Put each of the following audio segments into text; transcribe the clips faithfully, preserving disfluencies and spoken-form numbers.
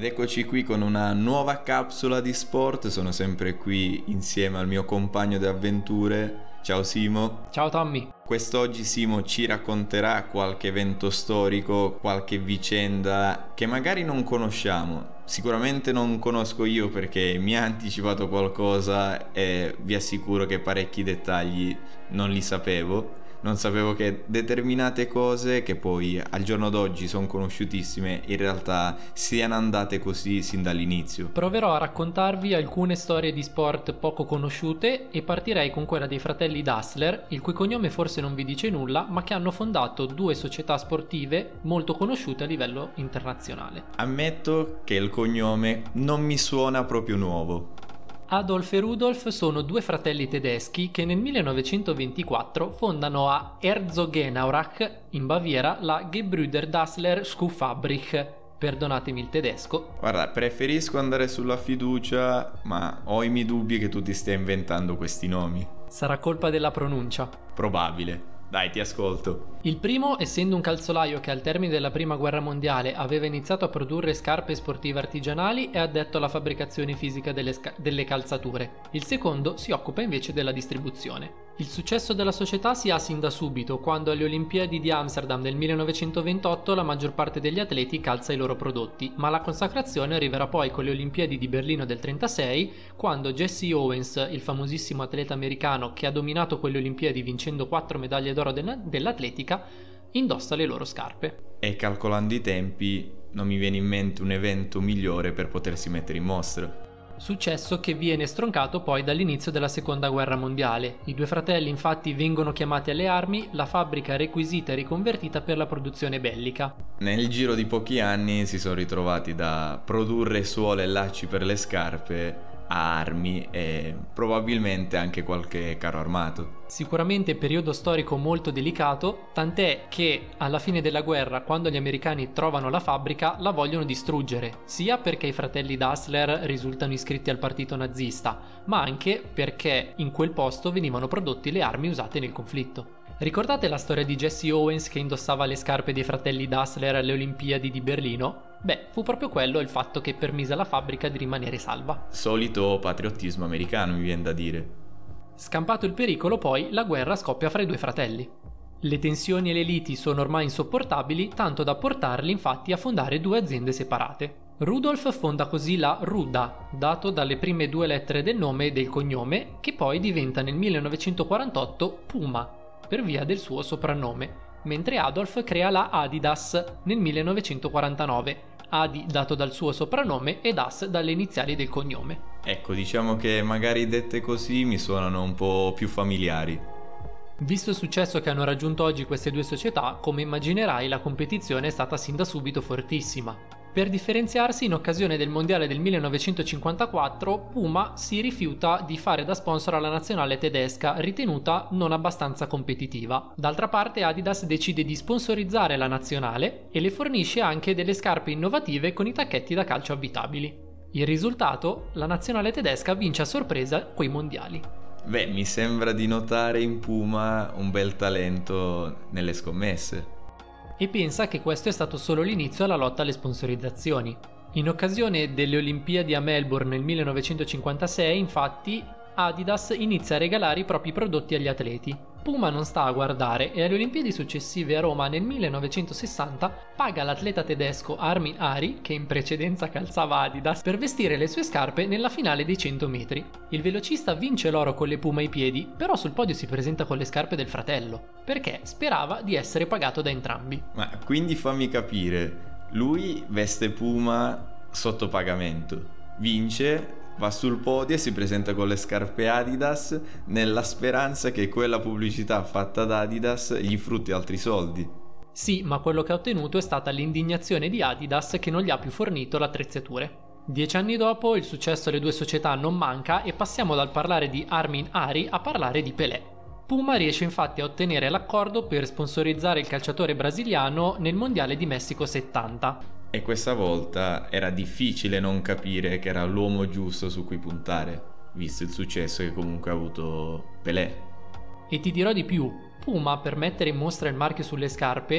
Ed eccoci qui con una nuova capsula di sport, sono sempre qui insieme al mio compagno di avventure. Ciao Simo. Ciao Tommy. Quest'oggi Simo ci racconterà qualche evento storico, qualche vicenda che magari non conosciamo. Sicuramente non conosco io perché mi ha anticipato qualcosa e vi assicuro che parecchi dettagli non li sapevo. Non sapevo che determinate cose, che poi al giorno d'oggi sono conosciutissime, in realtà siano andate così sin dall'inizio. Proverò a raccontarvi alcune storie di sport poco conosciute e partirei con quella dei fratelli Dassler, il cui cognome forse non vi dice nulla, ma che hanno fondato due società sportive molto conosciute a livello internazionale. Ammetto che il cognome non mi suona proprio nuovo. Adolf e Rudolf sono due fratelli tedeschi che nel millenovecentoventiquattro fondano a Herzogenaurach, in Baviera, la Gebrüder Dassler Schuhfabrik. Perdonatemi il tedesco. Guarda, preferisco andare sulla fiducia, ma ho i miei dubbi che tu ti stia inventando questi nomi. Sarà colpa della pronuncia. Probabile. Dai, ti ascolto. Il primo, essendo un calzolaio che al termine della prima guerra mondiale aveva iniziato a produrre scarpe sportive artigianali, è addetto alla fabbricazione fisica delle, sca- delle calzature. Il secondo si occupa invece della distribuzione. Il successo della società si ha sin da subito, quando alle Olimpiadi di Amsterdam nel millenovecentoventotto la maggior parte degli atleti calza i loro prodotti, ma la consacrazione arriverà poi con le Olimpiadi di Berlino del trentasei, quando Jesse Owens, il famosissimo atleta americano che ha dominato quelle Olimpiadi vincendo quattro medaglie d'oro de- dell'atletica, indossa le loro scarpe. E calcolando i tempi non mi viene in mente un evento migliore per potersi mettere in mostra. Successo che viene stroncato poi dall'inizio della seconda guerra mondiale. I due fratelli infatti vengono chiamati alle armi, la fabbrica requisita e riconvertita per la produzione bellica. Nel giro di pochi anni si sono ritrovati da produrre suole e lacci per le scarpe a armi e probabilmente anche qualche carro armato. Sicuramente periodo storico molto delicato, tant'è che alla fine della guerra, quando gli americani trovano la fabbrica, la vogliono distruggere, sia perché i fratelli Dassler risultano iscritti al partito nazista, ma anche perché in quel posto venivano prodotte le armi usate nel conflitto. Ricordate la storia di Jesse Owens che indossava le scarpe dei fratelli Dassler alle Olimpiadi di Berlino? Beh, fu proprio quello il fatto che permise alla fabbrica di rimanere salva. Solito patriottismo americano, mi viene da dire. Scampato il pericolo, poi, la guerra scoppia fra i due fratelli. Le tensioni e le liti sono ormai insopportabili, tanto da portarli infatti a fondare due aziende separate. Rudolf fonda così la Ruda, dato dalle prime due lettere del nome e del cognome, che poi diventa nel millenovecentoquarantotto Puma, per via del suo soprannome, mentre Adolf crea la Adidas nel millenovecentoquarantanove, Adi dato dal suo soprannome e Das dalle iniziali del cognome. Ecco, diciamo che magari dette così mi suonano un po' più familiari. Visto il successo che hanno raggiunto oggi queste due società, come immaginerai la competizione è stata sin da subito fortissima. Per differenziarsi, in occasione del mondiale del millenovecentocinquantaquattro, Puma si rifiuta di fare da sponsor alla nazionale tedesca, ritenuta non abbastanza competitiva. D'altra parte, Adidas decide di sponsorizzare la nazionale e le fornisce anche delle scarpe innovative con i tacchetti da calcio avvitabili. Il risultato? La nazionale tedesca vince a sorpresa quei mondiali. Beh, mi sembra di notare in Puma un bel talento nelle scommesse. E pensa che questo è stato solo l'inizio alla lotta alle sponsorizzazioni. In occasione delle Olimpiadi a Melbourne nel millenovecentocinquantasei, infatti, Adidas inizia a regalare i propri prodotti agli atleti. Puma non sta a guardare e alle Olimpiadi successive a Roma nel millenovecentosessanta paga l'atleta tedesco Armin Ari, che in precedenza calzava Adidas, per vestire le sue scarpe nella finale dei cento metri. Il velocista vince l'oro con le Puma ai piedi, però sul podio si presenta con le scarpe del fratello, perché sperava di essere pagato da entrambi. Ma quindi fammi capire, lui veste Puma sotto pagamento, vince, va sul podio e si presenta con le scarpe Adidas nella speranza che quella pubblicità fatta da Adidas gli frutti altri soldi. Sì, ma quello che ha ottenuto è stata l'indignazione di Adidas che non gli ha più fornito le attrezzature. Dieci anni dopo il successo alle due società non manca e passiamo dal parlare di Armin Ari a parlare di Pelé. Puma riesce infatti a ottenere l'accordo per sponsorizzare il calciatore brasiliano nel Mondiale di Messico settanta. E questa volta era difficile non capire che era l'uomo giusto su cui puntare, visto il successo che comunque ha avuto Pelé. E ti dirò di più, Puma, per mettere in mostra il marchio sulle scarpe,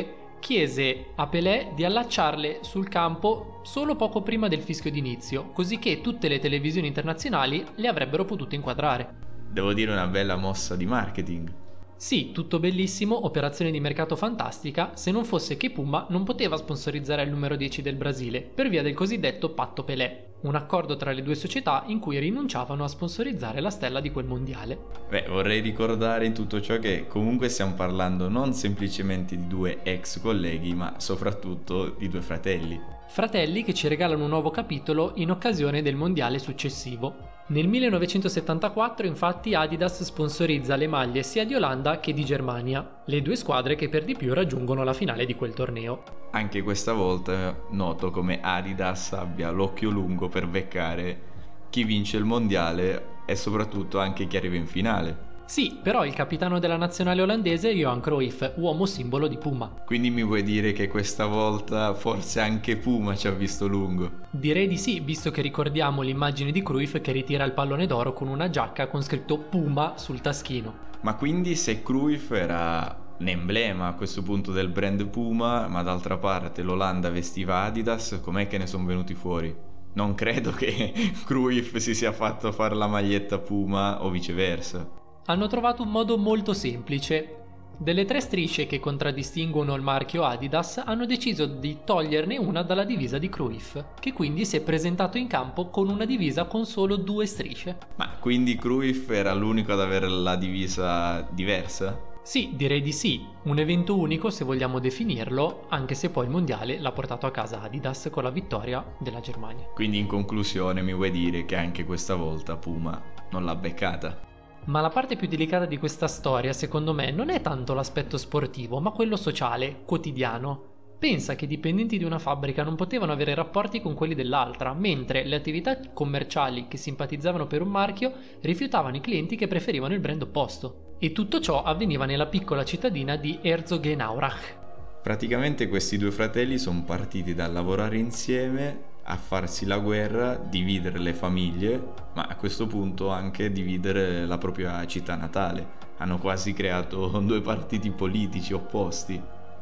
chiese a Pelé di allacciarle sul campo solo poco prima del fischio d'inizio, così che tutte le televisioni internazionali le avrebbero potuto inquadrare. Devo dire una bella mossa di marketing. Sì, tutto bellissimo, operazione di mercato fantastica, se non fosse che Puma non poteva sponsorizzare il numero dieci del Brasile per via del cosiddetto Patto Pelé, un accordo tra le due società in cui rinunciavano a sponsorizzare la stella di quel mondiale. Beh, vorrei ricordare in tutto ciò che comunque stiamo parlando non semplicemente di due ex colleghi, ma soprattutto di due fratelli. Fratelli che ci regalano un nuovo capitolo in occasione del mondiale successivo. Nel millenovecentosettantaquattro infatti Adidas sponsorizza le maglie sia di Olanda che di Germania, le due squadre che per di più raggiungono la finale di quel torneo. Anche questa volta noto come Adidas abbia l'occhio lungo per beccare chi vince il mondiale e soprattutto anche chi arriva in finale. Sì, però il capitano della nazionale olandese è Johan Cruyff, uomo simbolo di Puma. Quindi mi vuoi dire che questa volta forse anche Puma ci ha visto lungo? Direi di sì, visto che ricordiamo l'immagine di Cruyff che ritira il pallone d'oro con una giacca con scritto Puma sul taschino. Ma quindi se Cruyff era l'emblema a questo punto del brand Puma, ma d'altra parte l'Olanda vestiva Adidas, com'è che ne sono venuti fuori? Non credo che Cruyff si sia fatto fare la maglietta Puma o viceversa. Hanno trovato un modo molto semplice. Delle tre strisce che contraddistinguono il marchio Adidas hanno deciso di toglierne una dalla divisa di Cruyff, che quindi si è presentato in campo con una divisa con solo due strisce. Ma quindi Cruyff era l'unico ad avere la divisa diversa? Sì, direi di sì. Un evento unico se vogliamo definirlo, anche se poi il mondiale l'ha portato a casa Adidas con la vittoria della Germania. Quindi in conclusione mi vuoi dire che anche questa volta Puma non l'ha beccata? Ma la parte più delicata di questa storia, secondo me, non è tanto l'aspetto sportivo, ma quello sociale, quotidiano. Pensa che i dipendenti di una fabbrica non potevano avere rapporti con quelli dell'altra, mentre le attività commerciali che simpatizzavano per un marchio rifiutavano i clienti che preferivano il brand opposto. E tutto ciò avveniva nella piccola cittadina di Herzogenaurach. Praticamente questi due fratelli sono partiti da lavorare insieme a farsi la guerra, dividere le famiglie, ma a questo punto anche dividere la propria città natale. Hanno quasi creato due partiti politici opposti.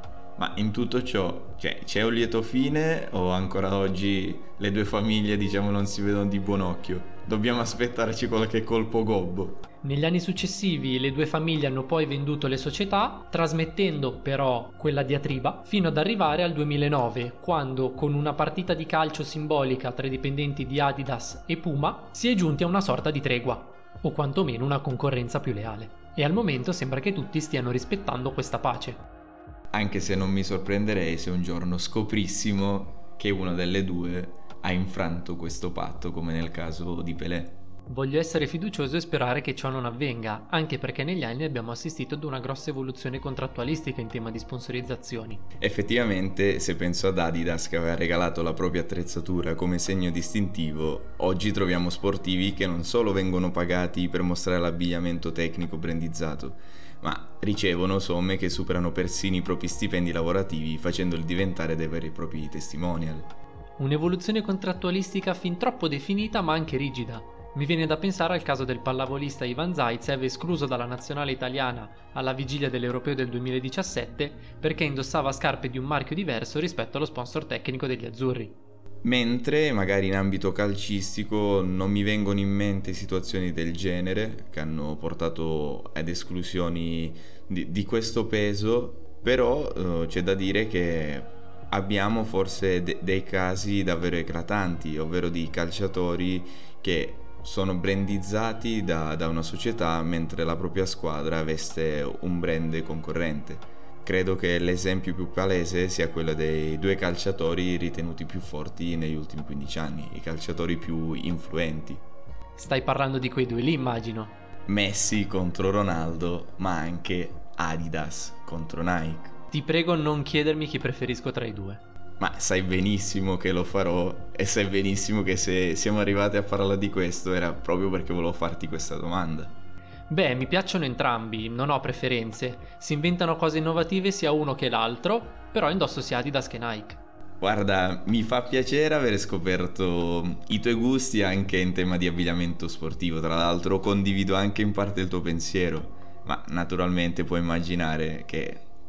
Ma in tutto ciò, cioè, c'è un lieto fine o ancora oggi le due famiglie, diciamo, non si vedono di buon occhio? Dobbiamo aspettarci qualche colpo gobbo. Negli anni successivi le due famiglie hanno poi venduto le società, trasmettendo però quella diatriba fino ad arrivare al duemilanove, quando con una partita di calcio simbolica tra i dipendenti di Adidas e Puma si è giunti a una sorta di tregua, o quantomeno una concorrenza più leale. E al momento sembra che tutti stiano rispettando questa pace. Anche se non mi sorprenderei se un giorno scoprissimo che una delle due ha infranto questo patto, come nel caso di Pelé. Voglio essere fiducioso e sperare che ciò non avvenga, anche perché negli anni abbiamo assistito ad una grossa evoluzione contrattualistica in tema di sponsorizzazioni. Effettivamente, se penso ad Adidas che aveva regalato la propria attrezzatura come segno distintivo, oggi troviamo sportivi che non solo vengono pagati per mostrare l'abbigliamento tecnico brandizzato, ma ricevono somme che superano persino i propri stipendi lavorativi, facendoli diventare dei veri e propri testimonial. Un'evoluzione contrattualistica fin troppo definita ma anche rigida. Mi viene da pensare al caso del pallavolista Ivan Zaitsev, escluso dalla nazionale italiana alla vigilia dell'Europeo del duemiladiciassette perché indossava scarpe di un marchio diverso rispetto allo sponsor tecnico degli azzurri. Mentre magari in ambito calcistico non mi vengono in mente situazioni del genere che hanno portato ad esclusioni di, di questo peso, però eh, c'è da dire che abbiamo forse de- dei casi davvero eclatanti, ovvero di calciatori che sono brandizzati da, da una società mentre la propria squadra veste un brand concorrente. Credo che l'esempio più palese sia quello dei due calciatori ritenuti più forti negli ultimi quindici anni, i calciatori più influenti. Stai parlando di quei due lì, immagino. Messi contro Ronaldo, ma anche Adidas contro Nike. Ti prego non chiedermi chi preferisco tra i due. Ma sai benissimo che lo farò e sai benissimo che se siamo arrivati a parlare di questo era proprio perché volevo farti questa domanda. Beh, mi piacciono entrambi, non ho preferenze. Si inventano cose innovative sia uno che l'altro, però indosso sia Adidas che Nike. Guarda, mi fa piacere aver scoperto i tuoi gusti anche in tema di abbigliamento sportivo. Tra l'altro condivido anche in parte il tuo pensiero, ma naturalmente puoi immaginare che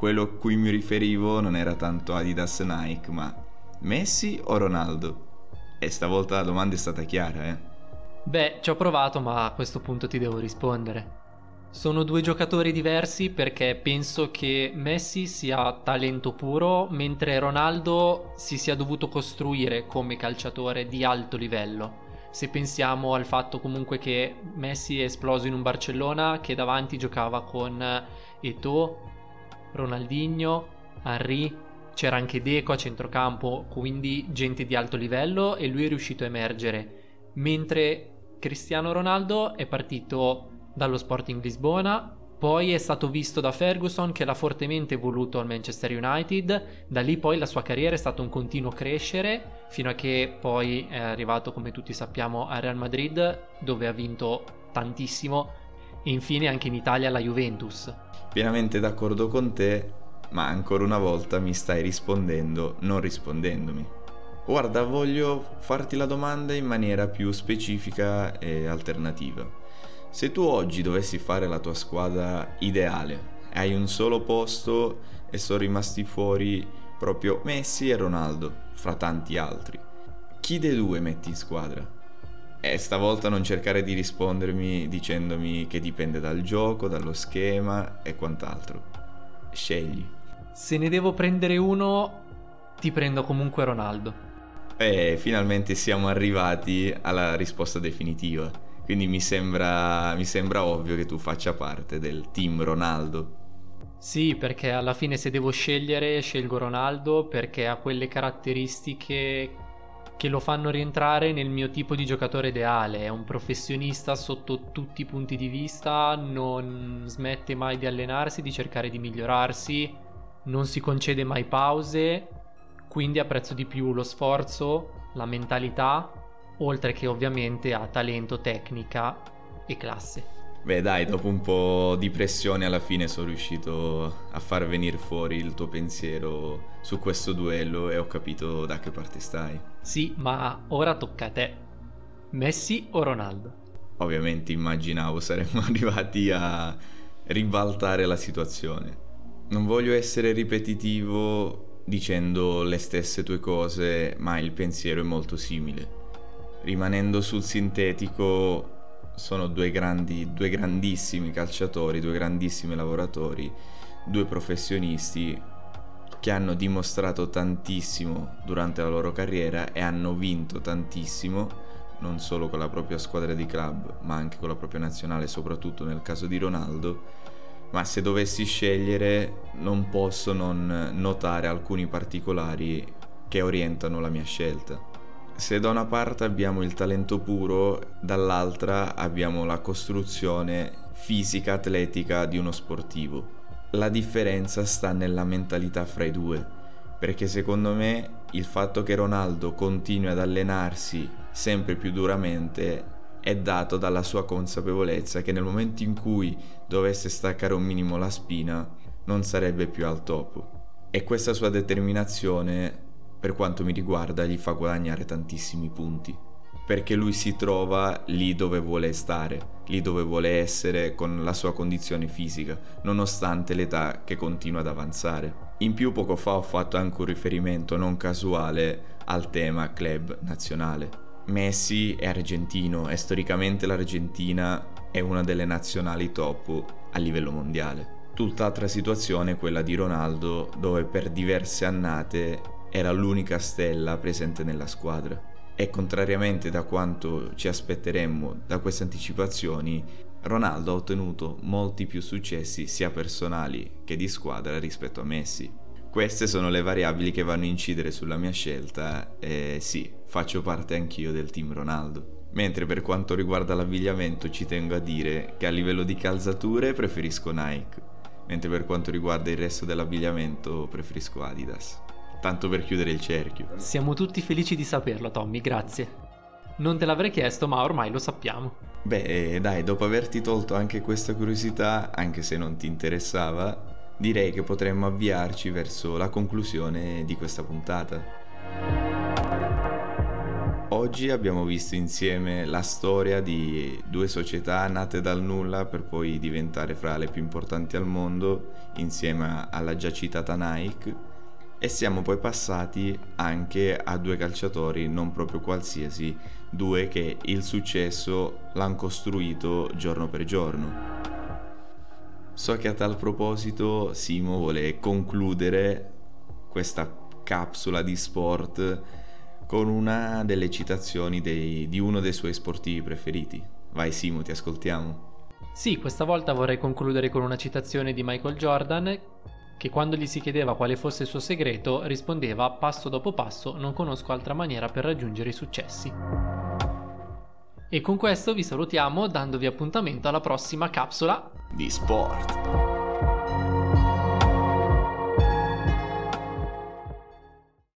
quello a cui mi riferivo non era tanto Adidas Nike, ma Messi o Ronaldo? E stavolta la domanda è stata chiara, eh? Beh, ci ho provato, ma a questo punto ti devo rispondere. Sono due giocatori diversi perché penso che Messi sia talento puro, mentre Ronaldo si sia dovuto costruire come calciatore di alto livello. Se pensiamo al fatto comunque che Messi è esploso in un Barcellona che davanti giocava con Eto'o, Ronaldinho, Henry, c'era anche Deco a centrocampo, quindi gente di alto livello, e lui è riuscito a emergere. Mentre Cristiano Ronaldo è partito dallo Sporting Lisbona, poi è stato visto da Ferguson che l'ha fortemente voluto al Manchester United, da lì poi la sua carriera è stato un continuo crescere fino a che poi è arrivato, come tutti sappiamo, al Real Madrid, dove ha vinto tantissimo, e infine anche in Italia alla Juventus. Pienamente d'accordo con te, ma ancora una volta mi stai rispondendo non rispondendomi. Guarda, voglio farti la domanda in maniera più specifica e alternativa. Se tu oggi dovessi fare la tua squadra ideale, hai un solo posto e sono rimasti fuori proprio Messi e Ronaldo, fra tanti altri, chi dei due metti in squadra? E stavolta non cercare di rispondermi dicendomi che dipende dal gioco, dallo schema e quant'altro. Scegli. Se ne devo prendere uno, ti prendo comunque Ronaldo. E finalmente siamo arrivati alla risposta definitiva. Quindi mi sembra, mi sembra ovvio che tu faccia parte del team Ronaldo. Sì, perché alla fine se devo scegliere, scelgo Ronaldo perché ha quelle caratteristiche che lo fanno rientrare nel mio tipo di giocatore ideale. È un professionista sotto tutti i punti di vista, non smette mai di allenarsi, di cercare di migliorarsi, non si concede mai pause, quindi apprezzo di più lo sforzo, la mentalità, oltre che ovviamente ha talento, tecnica e classe. Beh dai, dopo un po' di pressione alla fine sono riuscito a far venire fuori il tuo pensiero su questo duello e ho capito da che parte stai. Sì, ma ora tocca a te. Messi o Ronaldo? Ovviamente immaginavo saremmo arrivati a ribaltare la situazione. Non voglio essere ripetitivo dicendo le stesse tue cose, ma il pensiero è molto simile. Rimanendo sul sintetico, sono due grandi, due grandissimi calciatori, due grandissimi lavoratori, due professionisti che hanno dimostrato tantissimo durante la loro carriera e hanno vinto tantissimo, non solo con la propria squadra di club, ma anche con la propria nazionale, soprattutto nel caso di Ronaldo. Ma se dovessi scegliere, non posso non notare alcuni particolari che orientano la mia scelta. Se da una parte abbiamo il talento puro, dall'altra abbiamo la costruzione fisica, atletica di uno sportivo. La differenza sta nella mentalità fra i due, perché secondo me il fatto che Ronaldo continui ad allenarsi sempre più duramente è dato dalla sua consapevolezza che nel momento in cui dovesse staccare un minimo la spina non sarebbe più al top. E questa sua determinazione, per quanto mi riguarda, gli fa guadagnare tantissimi punti, perché lui si trova lì dove vuole stare, lì dove vuole essere con la sua condizione fisica, nonostante l'età che continua ad avanzare. In più, poco fa ho fatto anche un riferimento non casuale al tema club nazionale. Messi è argentino e storicamente l'Argentina è una delle nazionali top a livello mondiale. Tutt'altra situazione è quella di Ronaldo, dove per diverse annate era l'unica stella presente nella squadra. E contrariamente da quanto ci aspetteremmo da queste anticipazioni, Ronaldo ha ottenuto molti più successi sia personali che di squadra rispetto a Messi. Queste sono le variabili che vanno a incidere sulla mia scelta e sì, faccio parte anch'io del team Ronaldo. Mentre per quanto riguarda l'abbigliamento ci tengo a dire che a livello di calzature preferisco Nike, mentre per quanto riguarda il resto dell'abbigliamento preferisco Adidas. Tanto per chiudere il cerchio. Siamo tutti felici di saperlo, Tommy, grazie. Non te l'avrei chiesto, ma ormai lo sappiamo. Beh, dai, dopo averti tolto anche questa curiosità, anche se non ti interessava, direi che potremmo avviarci verso la conclusione di questa puntata. Oggi abbiamo visto insieme la storia di due società nate dal nulla per poi diventare fra le più importanti al mondo insieme alla già citata Nike, e siamo poi passati anche a due calciatori non proprio qualsiasi, due che il successo l'hanno costruito giorno per giorno. So che a tal proposito Simo vuole concludere questa capsula di sport con una delle citazioni dei, di uno dei suoi sportivi preferiti. Vai Simo, ti ascoltiamo. Sì, questa volta vorrei concludere con una citazione di Michael Jordan, che quando gli si chiedeva quale fosse il suo segreto rispondeva: passo dopo passo, non conosco altra maniera per raggiungere i successi. E con questo vi salutiamo dandovi appuntamento alla prossima capsula di sport.